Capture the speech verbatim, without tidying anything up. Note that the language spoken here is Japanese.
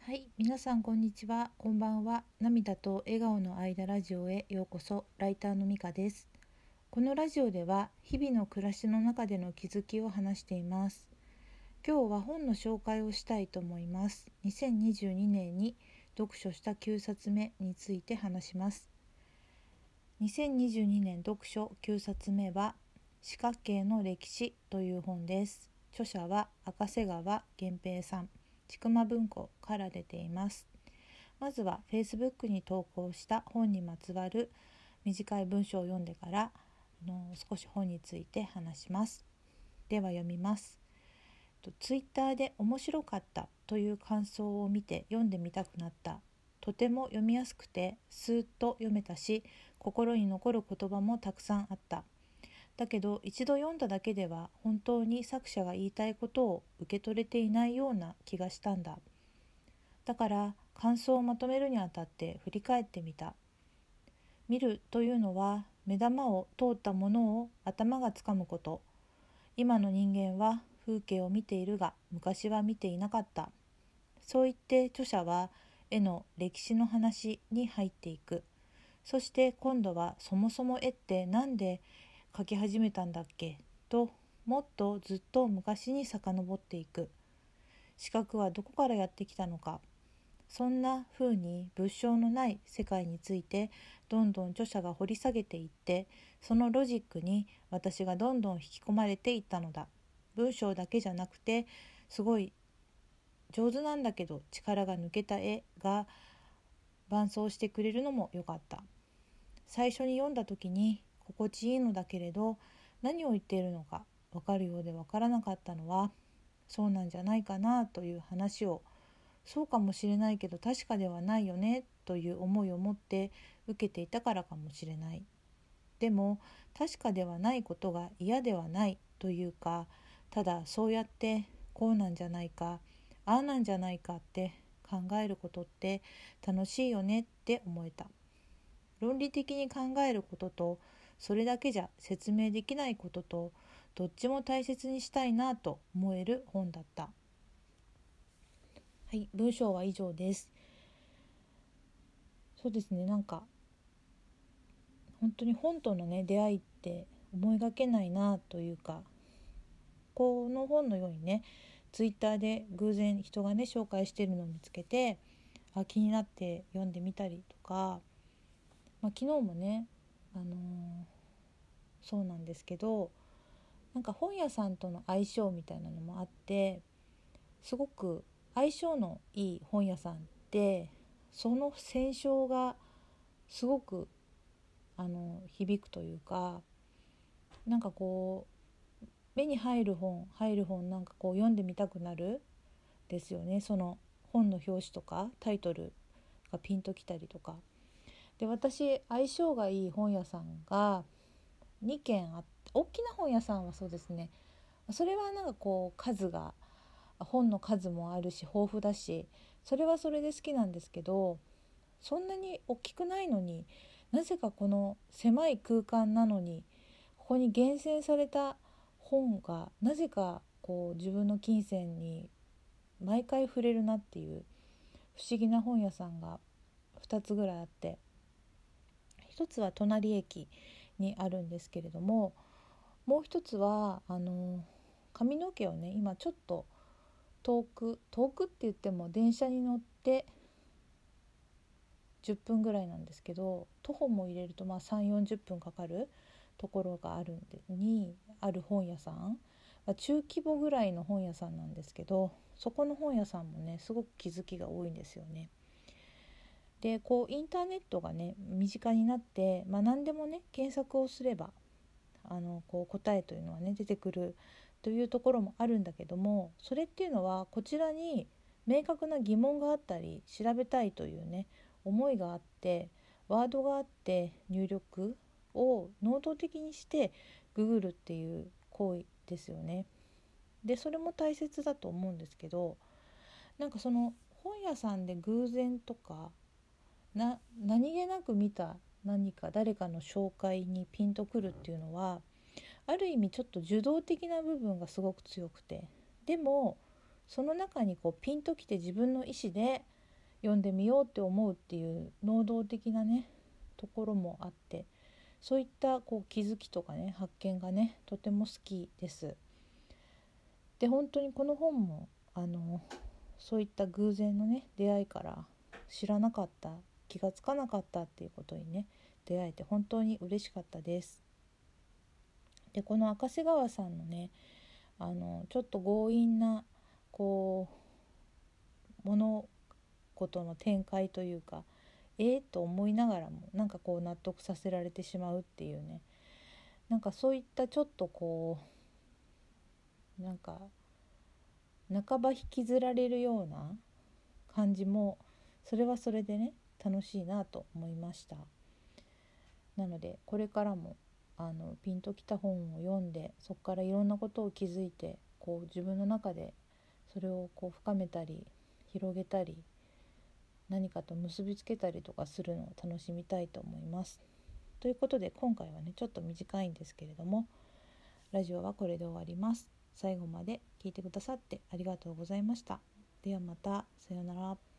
はい、皆さんこんにちは、こんばんは。涙と笑顔の間ラジオへようこそ。ライターのみかです。このラジオでは日々の暮らしの中での気づきを話しています。今日は本の紹介をしたいと思います。にせんにじゅうにねんに読書したきゅうさつめについて話します。にせんにじゅうにねん読書きゅうさつめは四角形の歴史という本です。著者は赤瀬川源平さん、ちくま文庫から出ています。まずは Facebook に投稿した本にまつわる短い文章を読んでからあの少し本について話します。では読みます。ツイッターで面白かったという感想を見て読んでみたくなった。とても読みやすくてスーッと読めたし、心に残る言葉もたくさんあった。だけど一度読んだだけでは本当に作者が言いたいことを受け取れていないような気がしたんだ。だから感想をまとめるにあたって振り返ってみた。見るというのは目玉を通ったものを頭がつかむこと。今の人間は風景を見ているが昔は見ていなかった。そう言って著者は絵の歴史の話に入っていく。そして今度はそもそも絵ってなんで描き始めたんだっけと、もっとずっと昔に遡っていく。視覚はどこからやってきたのか。そんな風に物証のない世界についてどんどん著者が掘り下げていって、そのロジックに私がどんどん引き込まれていったのだ。文章だけじゃなくて、すごい上手なんだけど力が抜けた絵が伴走してくれるのも良かった。最初に読んだ時に心地いいのだけれど、何を言っているのか分かるようで分からなかったのは、そうなんじゃないかなという話を、そうかもしれないけど確かではないよねという思いを持って受けていたからかもしれない。でも確かではないことが嫌ではないというか、ただそうやってこうなんじゃないか、ああなんじゃないかって考えることって楽しいよねって思えた。論理的に考えることと、それだけじゃ説明できないことと、どっちも大切にしたいなと思える本だった。はい、文章は以上です。そうですね、なんか本当に本とのね出会いって思いがけないなというか、この本のようにね、ツイッターで偶然人がね紹介しているのを見つけて、あ気になって読んでみたりとか、まあ、昨日もね、あのー、そうなんですけど、なんか本屋さんとの相性みたいなのもあって、すごく相性のいい本屋さんってその選書がすごくあの響くというか、なんかこう目に入る本入る本なんかこう読んでみたくなるですよね。その本の表紙とかタイトルがピンときたりとかで、私相性がいい本屋さんがにけんあって、大きな本屋さんはそうですね、それはなんかこう数が本の数もあるし豊富だし、それはそれで好きなんですけど、そんなに大きくないのに、なぜかこの狭い空間なのにここに厳選された本がなぜかこう自分の金銭に毎回触れるなっていう不思議な本屋さんがふたつぐらいあって、ひとつは隣駅にあるんですけれども、もう一つはあの髪の毛をね今ちょっと遠く遠くって言っても電車に乗ってじゅっぷんぐらいなんですけど、徒歩も入れるとまあさんじゅうよんじゅっぷんかかるところがあるんでにある本屋さん、中規模ぐらいの本屋さんなんですけど、そこの本屋さんもねすごく気づきが多いんですよね。でこうインターネットがね身近になって、まあ、何でもね検索をすればあのこう答えというのはね出てくるというところもあるんだけども、それっていうのはこちらに明確な疑問があったり調べたいというね思いがあって、ワードがあって入力を能動的にしてググるっていう行為ですよね。でそれも大切だと思うんですけど、なんかその本屋さんで偶然とかな何気なく見た何か誰かの紹介にピンとくるっていうのは、ある意味ちょっと受動的な部分がすごく強くて、でもその中にこうピンときて自分の意思で読んでみようって思うっていう能動的なねところもあって、そういったこう気づきとかね発見がねとても好きです。で本当にこの本もあのそういった偶然のね出会いから、知らなかった、気がつかなかったっていうことにね出会えて本当に嬉しかったです。でこの赤瀬川さんのねあのちょっと強引なこう物事の展開というか、えー、と思いながらもなんかこう納得させられてしまうっていうね、なんかそういったちょっとこうなんか半ば引きずられるような感じも、それはそれでね楽しいなと思いました。なのでこれからもあのピンときた本を読んで、そこからいろんなことを気づいて、こう自分の中でそれをこう深めたり広げたり、何かと結びつけたりとかするのを楽しみたいと思います。ということで今回はねちょっと短いんですけれども、ラジオはこれで終わります。最後まで聞いてくださってありがとうございました。ではまた、さようなら。